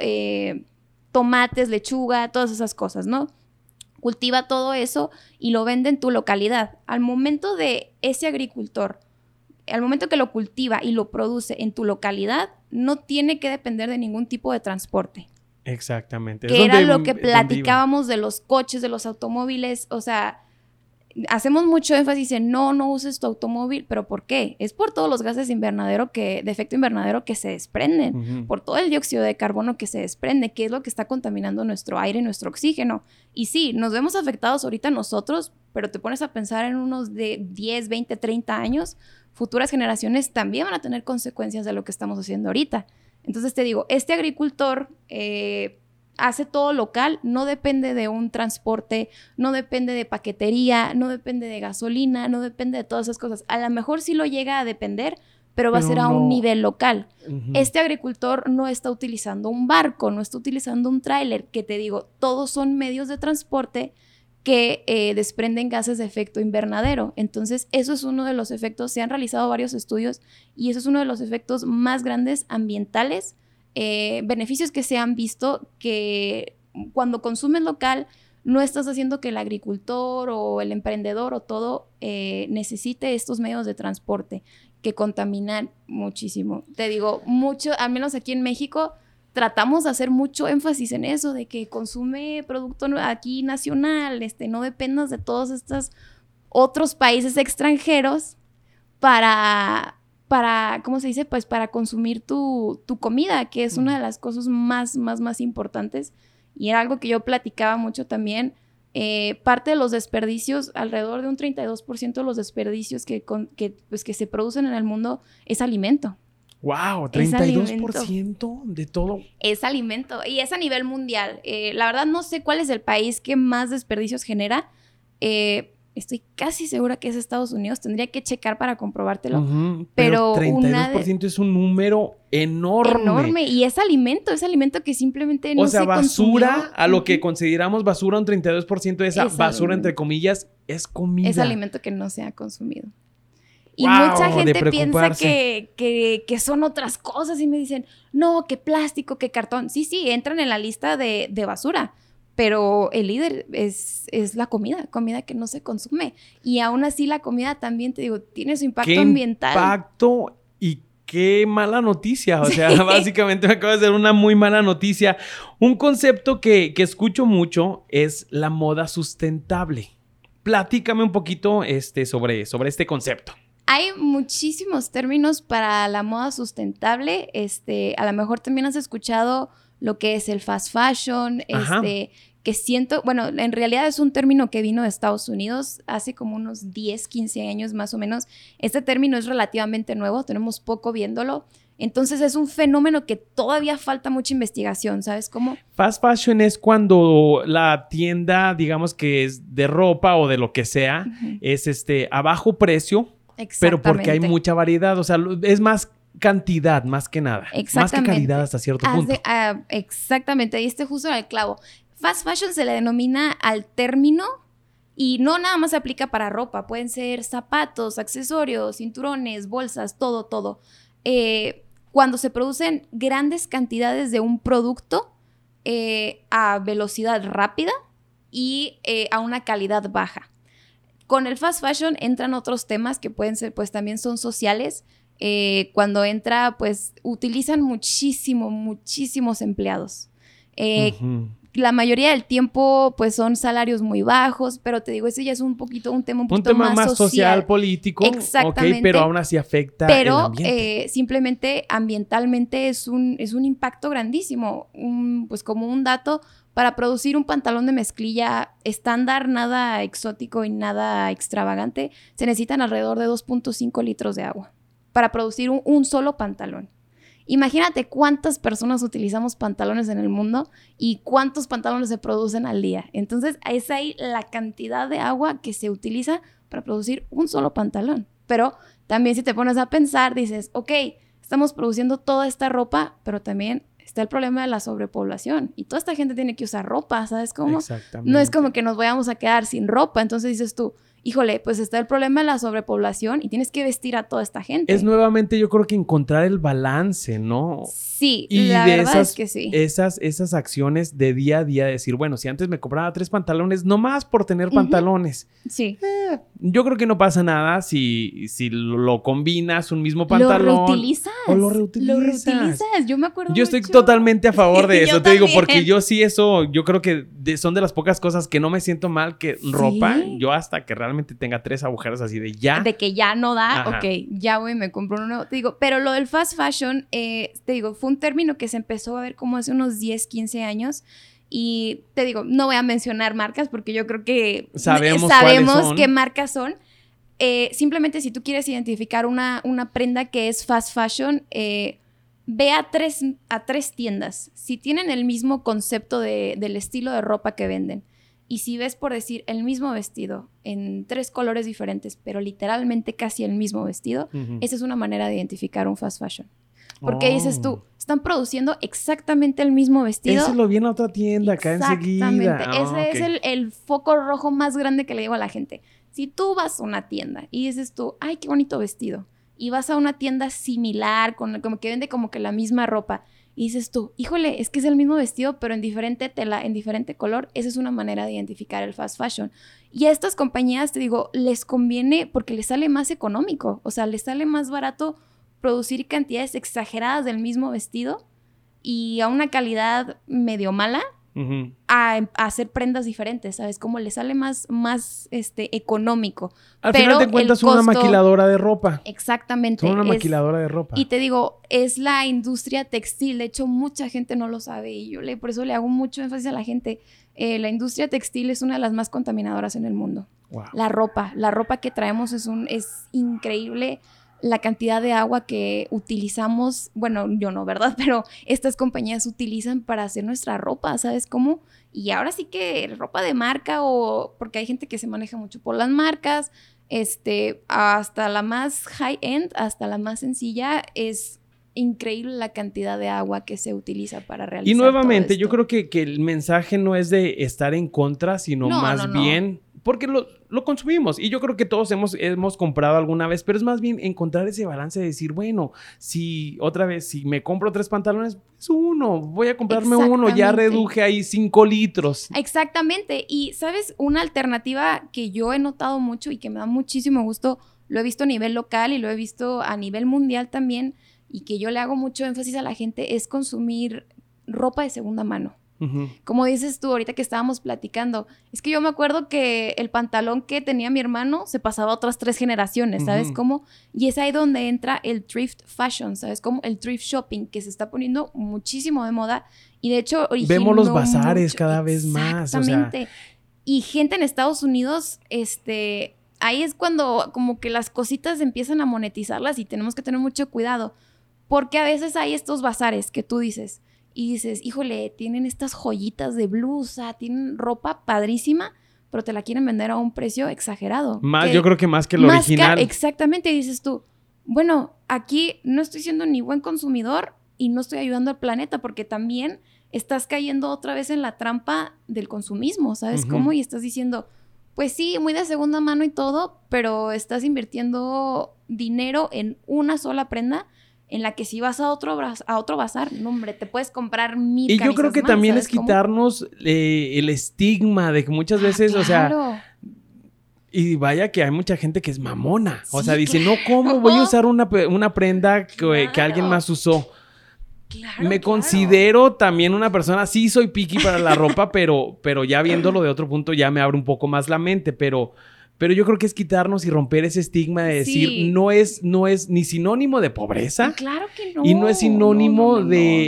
tomates, lechuga, todas esas cosas, ¿no? Cultiva todo eso y lo vende en tu localidad. Al momento de ese agricultor... Al momento que lo cultiva y lo produce en tu localidad, no tiene que depender de ningún tipo de transporte. Exactamente. Que era lo que platicábamos de los coches, de los automóviles. O sea, hacemos mucho énfasis en no uses tu automóvil. ¿Pero por qué? Es por todos los gases de efecto invernadero que se desprenden. Por todo el dióxido de carbono que se desprende, que es lo que está contaminando nuestro aire y nuestro oxígeno. Y sí, nos vemos afectados ahorita nosotros, pero te pones a pensar en unos de 10, 20, 30 años, futuras generaciones también van a tener consecuencias de lo que estamos haciendo ahorita. Entonces te digo, este agricultor hace todo local, no depende de un transporte, no depende de paquetería, no depende de gasolina, no depende de todas esas cosas. A lo mejor sí lo llega a depender, pero va a ser a un nivel local. Este agricultor no está utilizando un barco, no está utilizando un tráiler, que te digo, todos son medios de transporte que desprenden gases de efecto invernadero. Entonces, eso es uno de los efectos, se han realizado varios estudios y eso es uno de los efectos más grandes ambientales, beneficios que se han visto, que cuando consumes local no estás haciendo que el agricultor o el emprendedor o todo necesite estos medios de transporte que contaminan muchísimo. Te digo, mucho, al menos aquí en México, tratamos de hacer mucho énfasis en eso, de que consume producto aquí nacional, no dependas de todos estos otros países extranjeros para ¿cómo se dice? Pues para consumir tu comida, que es una de las cosas más importantes. Y era algo que yo platicaba mucho también. Parte de los desperdicios, alrededor de un 32% de los desperdicios que se producen en el mundo es alimento. ¡Wow! 32% de todo. Es alimento. Y es a nivel mundial. La verdad no sé cuál es el país que más desperdicios genera. Estoy casi segura que es Estados Unidos. Tendría que checar para comprobártelo. Pero 32% es un número enorme. Enorme. Y es alimento que simplemente no se consumió. O sea, basura, a lo que consideramos basura, un 32% de esa basura, entre comillas, es comida. Es alimento que no se ha consumido. Y mucha gente piensa que son otras cosas y me dicen, no, que plástico, que cartón. Sí, entran en la lista de basura, pero el líder es la comida que no se consume. Y aún así la comida también, te digo, tiene su impacto ambiental. ¡Qué impacto y qué mala noticia! O sea, básicamente me acaba de ser una muy mala noticia. Un concepto que escucho mucho es la moda sustentable. Platícame un poquito sobre este concepto. Hay muchísimos términos para la moda sustentable. A lo mejor también has escuchado lo que es el fast fashion, que siento, bueno, en realidad es un término que vino de Estados Unidos hace como unos 10, 15 años más o menos. Este término es relativamente nuevo, tenemos poco viéndolo. Entonces es un fenómeno que todavía falta mucha investigación, ¿sabes cómo? Fast fashion es cuando la tienda, digamos que es de ropa o de lo que sea, es a bajo precio. Pero porque hay mucha variedad, o sea, es más cantidad más que nada. Más que calidad hasta cierto punto. Exactamente, y justo en el clavo. Fast fashion se le denomina al término y no nada más se aplica para ropa. Pueden ser zapatos, accesorios, cinturones, bolsas, todo. Cuando se producen grandes cantidades de un producto a velocidad rápida y a una calidad baja. Con el fast fashion entran otros temas que pueden ser, pues también son sociales. Cuando entra, pues utilizan muchísimos empleados. La mayoría del tiempo, pues son salarios muy bajos, pero te digo, ese ya es un tema más social, político. Exactamente. Okay, pero aún así afecta el ambiente. Simplemente ambientalmente es un impacto grandísimo. Pues como un dato, para producir un pantalón de mezclilla estándar, nada exótico y nada extravagante, se necesitan alrededor de 2.5 litros de agua para producir un solo pantalón. Imagínate cuántas personas utilizamos pantalones en el mundo y cuántos pantalones se producen al día. Entonces, es ahí la cantidad de agua que se utiliza para producir un solo pantalón. Pero también si te pones a pensar, dices, ok, estamos produciendo toda esta ropa, pero también está el problema de la sobrepoblación. Y toda esta gente tiene que usar ropa, ¿sabes cómo? Exactamente. No es como que nos vayamos a quedar sin ropa. Entonces dices tú, híjole, pues está el problema de la sobrepoblación y tienes que vestir a toda esta gente. Es nuevamente, yo creo que encontrar el balance, ¿no? Sí, y la de verdad esas, es que sí. Esas acciones de día a día, decir, bueno, si antes me compraba 3 pantalones, nomás por tener pantalones. Sí. Yo creo que no pasa nada si lo combinas un mismo pantalón. Lo reutilizas. O lo reutilizas. Yo me acuerdo Yo estoy mucho. totalmente a favor de eso, Yo te digo, también. porque yo sí eso, yo creo que son de las pocas cosas que no me siento mal que ropa, yo hasta que realmente tenga 3 agujeros así de ya. De que ya no da, Ajá. ok, ya voy y me compro uno nuevo. Te digo, pero lo del fast fashion, te digo, fue un término que se empezó a ver como hace unos 10, 15 años. Y te digo, no voy a mencionar marcas porque yo creo que Sabemos cuáles son. qué marcas son. Simplemente si tú quieres identificar una prenda que es fast fashion, ve a tres tiendas. Si tienen el mismo concepto del estilo de ropa que venden, y si ves, por decir, el mismo vestido en 3 colores diferentes, pero literalmente casi el mismo vestido, esa es una manera de identificar un fast fashion. Porque dices tú, están produciendo exactamente el mismo vestido. Ese lo vi en la otra tienda acá enseguida. Exactamente. Ese es el foco rojo más grande que le digo a la gente. Si tú vas a una tienda y dices tú, ay, qué bonito vestido, y vas a una tienda similar, como que vende como que la misma ropa, y dices tú, híjole, es que es el mismo vestido, pero en diferente tela, en diferente color, esa es una manera de identificar el fast fashion. Y a estas compañías, te digo, les conviene porque les sale más económico, o sea, les sale más barato producir cantidades exageradas del mismo vestido y a una calidad medio mala, a hacer prendas diferentes, ¿sabes? Como le sale más económico. Al pero final de cuentas son una maquiladora de ropa. Exactamente. Son una maquiladora de ropa. Y te digo, es la industria textil. De hecho, mucha gente no lo sabe y yo por eso le hago mucho énfasis a la gente. La industria textil es una de las más contaminadoras en el mundo. Wow. La ropa que traemos es increíble. La cantidad de agua que utilizamos, bueno, yo no, ¿verdad? Pero estas compañías utilizan para hacer nuestra ropa, ¿sabes cómo? Y ahora sí que ropa de marca porque hay gente que se maneja mucho por las marcas, hasta la más high-end, hasta la más sencilla, es increíble la cantidad de agua que se utiliza para realizar. Y nuevamente, todo yo esto. creo que el mensaje no es de estar en contra, sino más bien... Porque lo consumimos y yo creo que todos hemos comprado alguna vez, pero es más bien encontrar ese balance de decir, bueno, si me compro 3 pantalones, pues uno, voy a comprarme uno, ya reduje ahí 5 litros. Exactamente. Y, ¿sabes? Una alternativa que yo he notado mucho y que me da muchísimo gusto, lo he visto a nivel local y lo he visto a nivel mundial también, y que yo le hago mucho énfasis a la gente, es consumir ropa de segunda mano. Como dices tú, ahorita que estábamos platicando, es que yo me acuerdo que el pantalón que tenía mi hermano se pasaba a otras 3 generaciones, ¿sabes cómo? Y es ahí donde entra el thrift fashion, ¿sabes cómo? El thrift shopping, que se está poniendo muchísimo de moda y de hecho vemos los bazares cada vez más. Exactamente. Y gente en Estados Unidos, ahí es cuando como que las cositas empiezan a monetizarlas y tenemos que tener mucho cuidado, porque a veces hay estos bazares que tú dices, y dices, híjole, tienen estas joyitas de blusa, tienen ropa padrísima, pero te la quieren vender a un precio exagerado. Yo creo que más que lo original. Exactamente, y dices tú, bueno, aquí no estoy siendo ni buen consumidor y no estoy ayudando al planeta, porque también estás cayendo otra vez en la trampa del consumismo, ¿sabes cómo? Y estás diciendo, pues sí, muy de segunda mano y todo, pero estás invirtiendo dinero en una sola prenda, en la que si vas a otro bazar, no, hombre, te puedes comprar 1000 Y camisas yo creo que más, también es ¿sabes quitarnos el estigma de que muchas veces, claro. o sea... Y vaya que hay mucha gente que es mamona. Sí, o sea, dice, claro. no, ¿cómo voy a usar una prenda que alguien más usó? Me considero también una persona, sí soy picky para la ropa, pero ya viéndolo de otro punto ya me abre un poco más la mente, pero yo creo que es quitarnos y romper ese estigma de decir, no es ni sinónimo de pobreza. Claro que no. Y no es sinónimo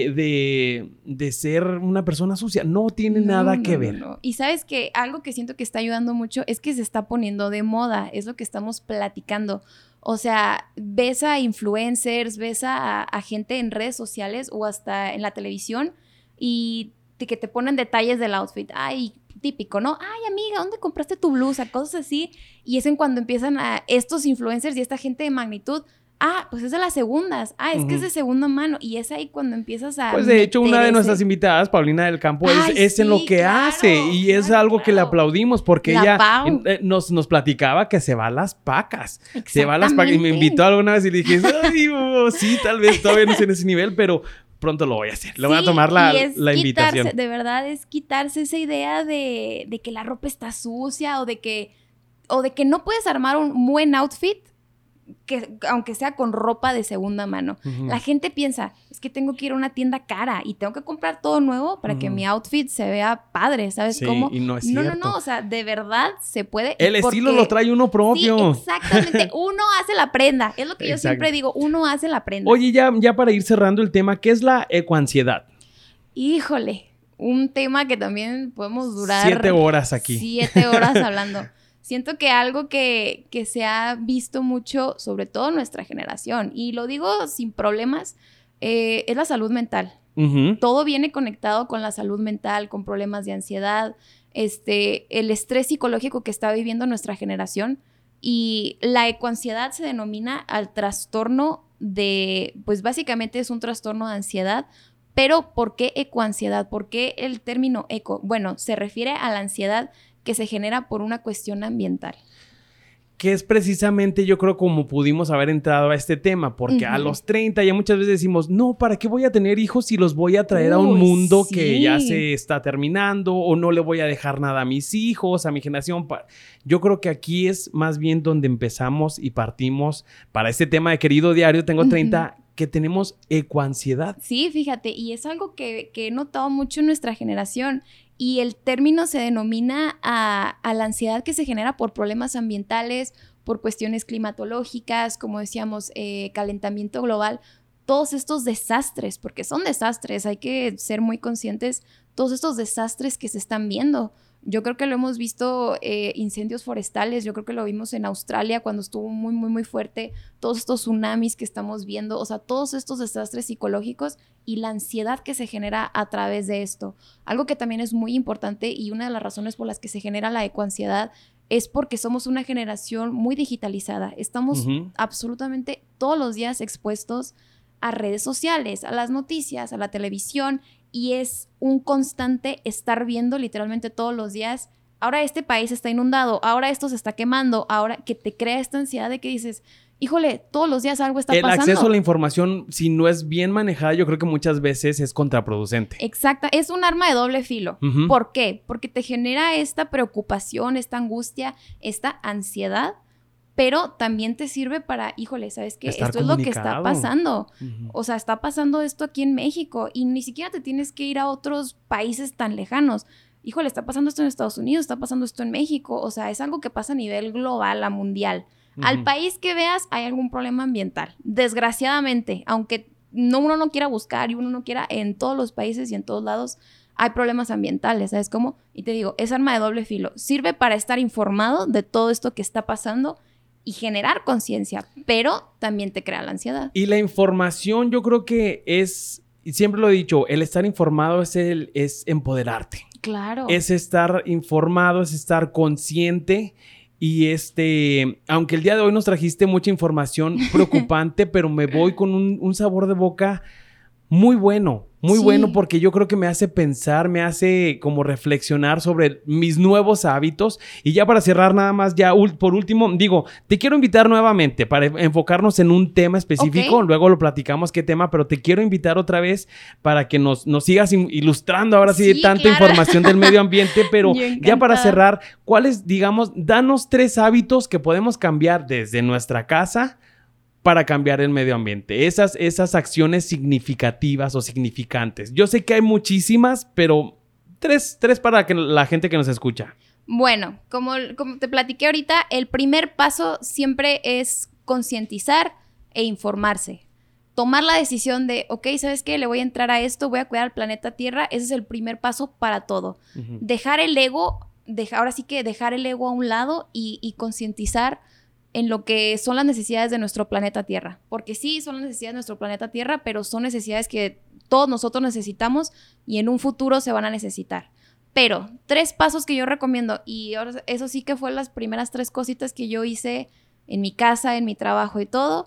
de ser una persona sucia. No tiene nada que ver. No. Y sabes que algo que siento que está ayudando mucho es que se está poniendo de moda. Es lo que estamos platicando. O sea, ves a influencers, ves a gente en redes sociales o hasta en la televisión y que te ponen detalles del outfit. Ay, típico, ¿no? Ay, amiga, ¿dónde compraste tu blusa? Cosas así. Y es en cuando empiezan estos influencers y esta gente de magnitud pues es de las segundas. Es que es de segunda mano. Y es ahí cuando empiezas a... Pues de hecho, una de nuestras invitadas, Paulina del Campo, es en lo que hace. Y es algo que le aplaudimos porque ella nos platicaba que se va a las pacas. Se va a las pacas. Y me invitó alguna vez y le dije, ay, sí, tal vez todavía no estoy en ese nivel, pero pronto lo voy a hacer. Le voy a tomar la invitación. De verdad, es quitarse esa idea de que la ropa está sucia o de que no puedes armar un buen outfit aunque sea con ropa de segunda mano. La gente piensa, es que tengo que ir a una tienda cara y tengo que comprar todo nuevo para que mi outfit se vea padre, ¿sabes cómo? Y no es cierto. No, o sea, de verdad se puede. El estilo lo trae uno propio. Sí, exactamente. Uno hace la prenda. Es lo que yo siempre digo, uno hace la prenda. Oye, ya para ir cerrando el tema, ¿qué es la ecoansiedad? Híjole, un tema que también podemos durar 7 horas aquí. 7 horas hablando. Siento que algo que se ha visto mucho, sobre todo en nuestra generación, y lo digo sin problemas, es la salud mental. Todo viene conectado con la salud mental, con problemas de ansiedad, el estrés psicológico que está viviendo nuestra generación. Y la ecoansiedad se denomina al trastorno pues básicamente es un trastorno de ansiedad. Pero ¿por qué ecoansiedad? ¿Por qué el término eco? Bueno, se refiere a la ansiedad que se genera por una cuestión ambiental. Que es precisamente, yo creo, como pudimos haber entrado a este tema, porque a los 30 ya muchas veces decimos, no, ¿para qué voy a tener hijos si los voy a traer a un mundo que ya se está terminando o no le voy a dejar nada a mis hijos, a mi generación? Yo creo que aquí es más bien donde empezamos y partimos para este tema de Querido Diario, tengo 30, que tenemos ecoansiedad. Sí, fíjate, y es algo que he notado mucho en nuestra generación. Y el término se denomina a la ansiedad que se genera por problemas ambientales, por cuestiones climatológicas, como decíamos, calentamiento global, todos estos desastres, porque son desastres, hay que ser muy conscientes, todos estos desastres que se están viendo. Yo creo que lo hemos visto, incendios forestales, yo creo que lo vimos en Australia cuando estuvo muy, muy, muy fuerte, todos estos tsunamis que estamos viendo, o sea, todos estos desastres psicológicos y la ansiedad que se genera a través de esto. Algo que también es muy importante y una de las razones por las que se genera la ecoansiedad es porque somos una generación muy digitalizada. Estamos absolutamente todos los días expuestos a redes sociales, a las noticias, a la televisión, y es un constante estar viendo literalmente todos los días, ahora este país está inundado, ahora esto se está quemando, ahora que te crea esta ansiedad de que dices, híjole, todos los días algo está pasando. El acceso a la información, si no es bien manejada, yo creo que muchas veces es contraproducente. Exacto, es un arma de doble filo. ¿Por qué? Porque te genera esta preocupación, esta angustia, esta ansiedad, pero también te sirve para, híjole, ¿sabes qué? Esto es lo que está pasando. O sea, está pasando esto aquí en México y ni siquiera te tienes que ir a otros países tan lejanos. Híjole, está pasando esto en Estados Unidos, está pasando esto en México. O sea, es algo que pasa a nivel global, a mundial. Al país que veas hay algún problema ambiental. Desgraciadamente, aunque uno no quiera buscar y uno no quiera, en todos los países y en todos lados hay problemas ambientales, ¿sabes cómo? Y te digo, es arma de doble filo. Sirve para estar informado de todo esto que está pasando y generar conciencia, pero también te crea la ansiedad. Y la información, yo creo que es, y siempre lo he dicho, el estar informado es empoderarte. Claro. Es estar informado, es estar consciente. Y aunque el día de hoy nos trajiste mucha información preocupante, pero me voy con un sabor de boca muy bueno. Muy bueno, porque yo creo que me hace pensar, me hace como reflexionar sobre mis nuevos hábitos. Y ya para cerrar nada más, ya por último, digo, te quiero invitar nuevamente para enfocarnos en un tema específico. Luego lo platicamos qué tema, pero te quiero invitar otra vez para que nos sigas ilustrando ahora sí de tanta información del medio ambiente. Pero ya para cerrar, ¿cuáles, digamos, danos 3 hábitos que podemos cambiar desde nuestra casa para cambiar el medio ambiente? Esas acciones significativas o significantes. Yo sé que hay muchísimas, pero tres para la gente que nos escucha. Bueno, como te platiqué ahorita, el primer paso siempre es concientizar e informarse. Tomar la decisión de, ok, ¿sabes qué? Le voy a entrar a esto, voy a cuidar al planeta Tierra. Ese es el primer paso para todo. Dejar el ego, ahora sí que dejar el ego a un lado y concientizar en lo que son las necesidades de nuestro planeta Tierra. Porque sí, son las necesidades de nuestro planeta Tierra, pero son necesidades que todos nosotros necesitamos y en un futuro se van a necesitar. Pero 3 pasos que yo recomiendo, y ahora eso sí que fue las primeras 3 cositas que yo hice en mi casa, en mi trabajo y todo.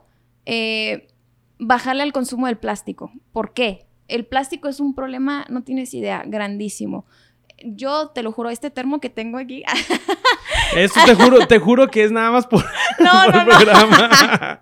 bajarle al consumo del plástico. ¿Por qué? El plástico es un problema, no tienes idea, grandísimo. Yo te lo juro, este termo que tengo aquí... Eso te juro que es nada más por, por el programa.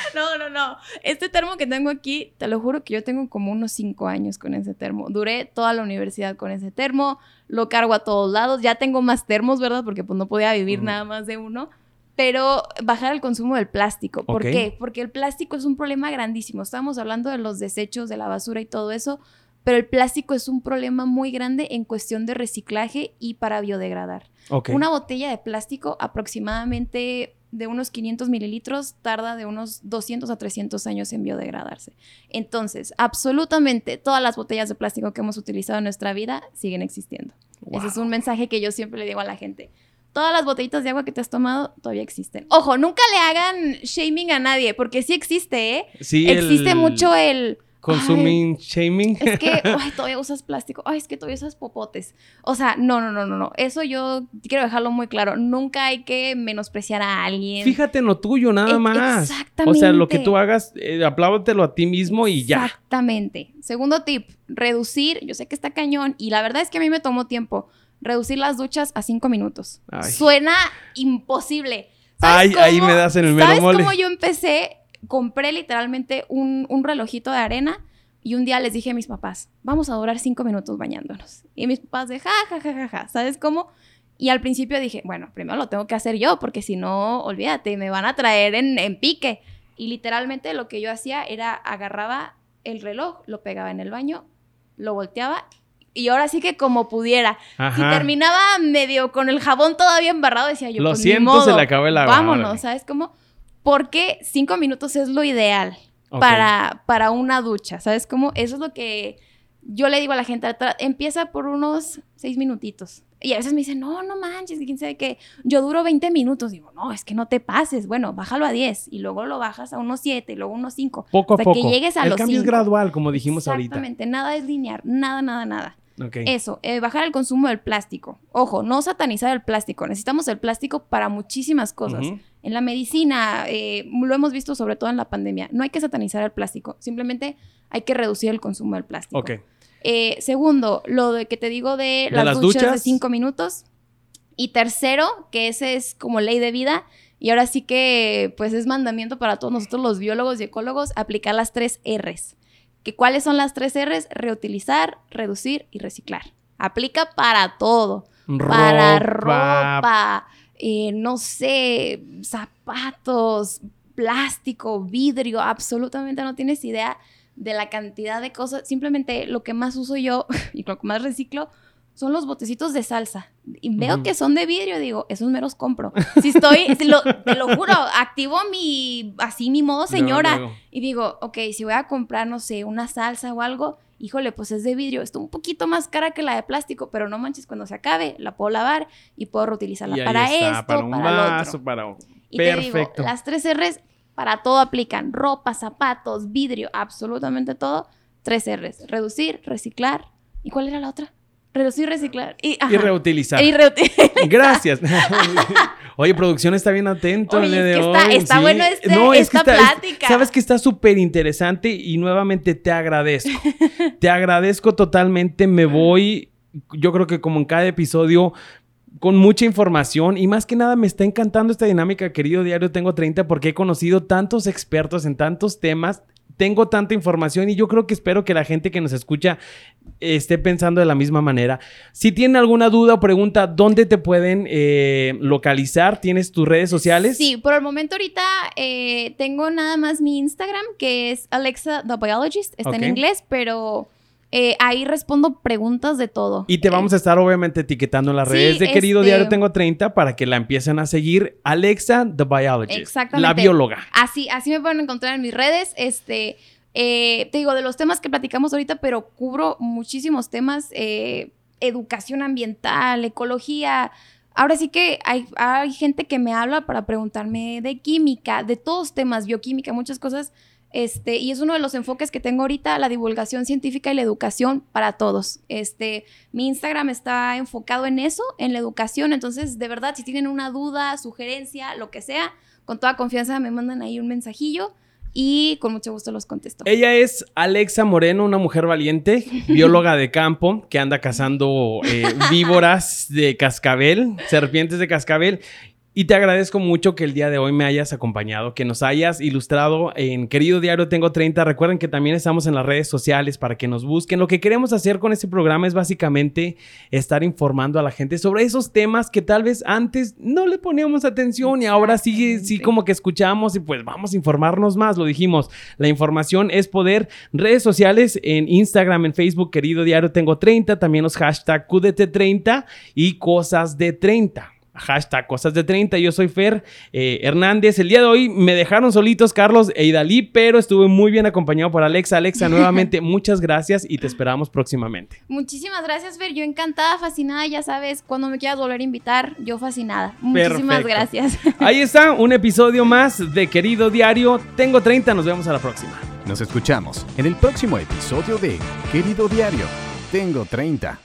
No. Este termo que tengo aquí, te lo juro que yo tengo como unos 5 años con ese termo. Duré toda la universidad con ese termo, lo cargo a todos lados. Ya tengo más termos, ¿verdad? Porque pues no podía vivir nada más de uno. Pero bajar el consumo del plástico. ¿Por qué? Porque el plástico es un problema grandísimo. Estábamos hablando de los desechos, de la basura y todo eso, pero el plástico es un problema muy grande en cuestión de reciclaje y para biodegradar. Una botella de plástico aproximadamente de unos 500 mililitros tarda de unos 200 a 300 años en biodegradarse. Entonces, absolutamente todas las botellas de plástico que hemos utilizado en nuestra vida siguen existiendo. Wow. Ese es un mensaje que yo siempre le digo a la gente. Todas las botellitas de agua que te has tomado todavía existen. Ojo, nunca le hagan shaming a nadie, porque sí existe, ¿eh? Sí, existe mucho el... Consuming shaming. Es que, todavía usas plástico. Es que todavía usas popotes. O sea, no. Eso yo quiero dejarlo muy claro. Nunca hay que menospreciar a alguien. Fíjate en lo tuyo, nada más. Exactamente. O sea, lo que tú hagas, apláudatelo a ti mismo y ya. Exactamente. Segundo tip, reducir. Yo sé que está cañón y la verdad es que a mí me tomó tiempo. Reducir las duchas a 5 minutos. Ay. Suena imposible. Ahí me das en el mero mole. ¿Sabes cómo yo empecé? Compré literalmente un relojito de arena y un día les dije a mis papás, vamos a durar 5 minutos bañándonos. Y mis papás de ja, ¿sabes cómo? Y al principio dije, bueno, primero lo tengo que hacer yo porque si no, olvídate, me van a traer en pique. Y literalmente lo que yo hacía era agarraba el reloj, lo pegaba en el baño, lo volteaba y ahora sí que como pudiera. Ajá. Si terminaba medio con el jabón todavía embarrado, decía yo, lo siento, ni modo, se le acabó el agua. Vámonos, ¿sabes cómo? Porque 5 minutos es lo ideal para una ducha, ¿sabes cómo? Eso es lo que yo le digo a la gente, empieza por unos 6 minutitos. Y a veces me dicen, no manches, quién sabe qué. Yo duro 20 minutos. Digo, no, es que no te pases. Bueno, bájalo a 10 y luego lo bajas a unos 7 y luego unos 5. Poco a poco. Que llegues a los 5. El cambio es gradual, como dijimos ahorita. Exactamente, nada es lineal, nada. Eso, bajar el consumo del plástico. Ojo, no satanizar el plástico. Necesitamos el plástico para muchísimas cosas. En la medicina, lo hemos visto sobre todo en la pandemia. No hay que satanizar el plástico. Simplemente hay que reducir el consumo del plástico. Segundo, lo de que te digo de las duchas de 5 minutos. Y tercero, que ese es como ley de vida. Y ahora sí que pues es mandamiento para todos nosotros los biólogos y ecólogos aplicar las 3 R's. ¿Cuáles son las 3 R's? Reutilizar, reducir y reciclar. Aplica para todo. Para ropa, no sé, zapatos, plástico, vidrio. Absolutamente no tienes idea de la cantidad de cosas. Simplemente lo que más uso yo y lo que más reciclo son los botecitos de salsa. Y veo que son de vidrio, digo, esos me los compro. Si estoy, te lo juro, activo mi modo señora. No. Y digo, ok, si voy a comprar, no sé, una salsa o algo, híjole, pues es de vidrio. Está un poquito más cara que la de plástico, pero no manches, cuando se acabe, la puedo lavar y puedo reutilizarla para esto, para un vaso, para otro. Y perfecto. Te digo, las 3 R's para todo aplican. Ropa, zapatos, vidrio, absolutamente todo. 3 R's. Reducir, reciclar. ¿Y cuál era la otra? Reducir, reciclar y reutilizar. Gracias. Oye, producción está bien atento el día de hoy. Está bueno esta plática. Sabes que está súper interesante y nuevamente te agradezco. Te agradezco totalmente. Me voy, yo creo que como en cada episodio, con mucha información y más que nada me está encantando esta dinámica, querido Diario Tengo 30, porque he conocido tantos expertos en tantos temas. Tengo tanta información y yo creo que espero que la gente que nos escucha esté pensando de la misma manera. Si tienen alguna duda o pregunta, ¿dónde te pueden localizar? ¿Tienes tus redes sociales? Sí, por el momento ahorita tengo nada más mi Instagram, que es Alexa the Biologist. Está en inglés, pero ahí respondo preguntas de todo. Y te vamos a estar obviamente etiquetando en las redes de Querido Diario Tengo 30 para que la empiecen a seguir. Alexa the Biologist. Exactamente. La bióloga. Así me pueden encontrar en mis redes. Te digo, de los temas que platicamos ahorita, pero cubro muchísimos temas. Educación ambiental, ecología. Ahora sí que hay gente que me habla para preguntarme de química, de todos temas, bioquímica, muchas cosas. Y es uno de los enfoques que tengo ahorita, la divulgación científica y la educación para todos. Mi Instagram está enfocado en eso, en la educación. Entonces, de verdad, si tienen una duda, sugerencia, lo que sea, con toda confianza me mandan ahí un mensajillo y con mucho gusto los contesto. Ella es Alexa Moreno, una mujer valiente, bióloga de campo, que anda cazando víboras de cascabel, serpientes de cascabel. Y te agradezco mucho que el día de hoy me hayas acompañado, que nos hayas ilustrado en Querido Diario Tengo 30. Recuerden que también estamos en las redes sociales para que nos busquen. Lo que queremos hacer con este programa es básicamente estar informando a la gente sobre esos temas que tal vez antes no le poníamos atención y ahora sí como que escuchamos y pues vamos a informarnos más. Lo dijimos, la información es poder. Redes sociales en Instagram, en Facebook, Querido Diario Tengo 30. También los hashtag QDT30 y Cosas de 30. Hashtag Cosas de 30. Yo soy Fer Hernández. El día de hoy me dejaron solitos Carlos e Idalí, pero estuve muy bien acompañado por Alexa. Alexa, nuevamente, muchas gracias y te esperamos próximamente. Muchísimas gracias, Fer. Yo encantada, fascinada. Ya sabes, cuando me quieras volver a invitar, yo fascinada. Muchísimas gracias. Ahí está, un episodio más de Querido Diario Tengo 30. Nos vemos a la próxima. Nos escuchamos en el próximo episodio de Querido Diario Tengo 30.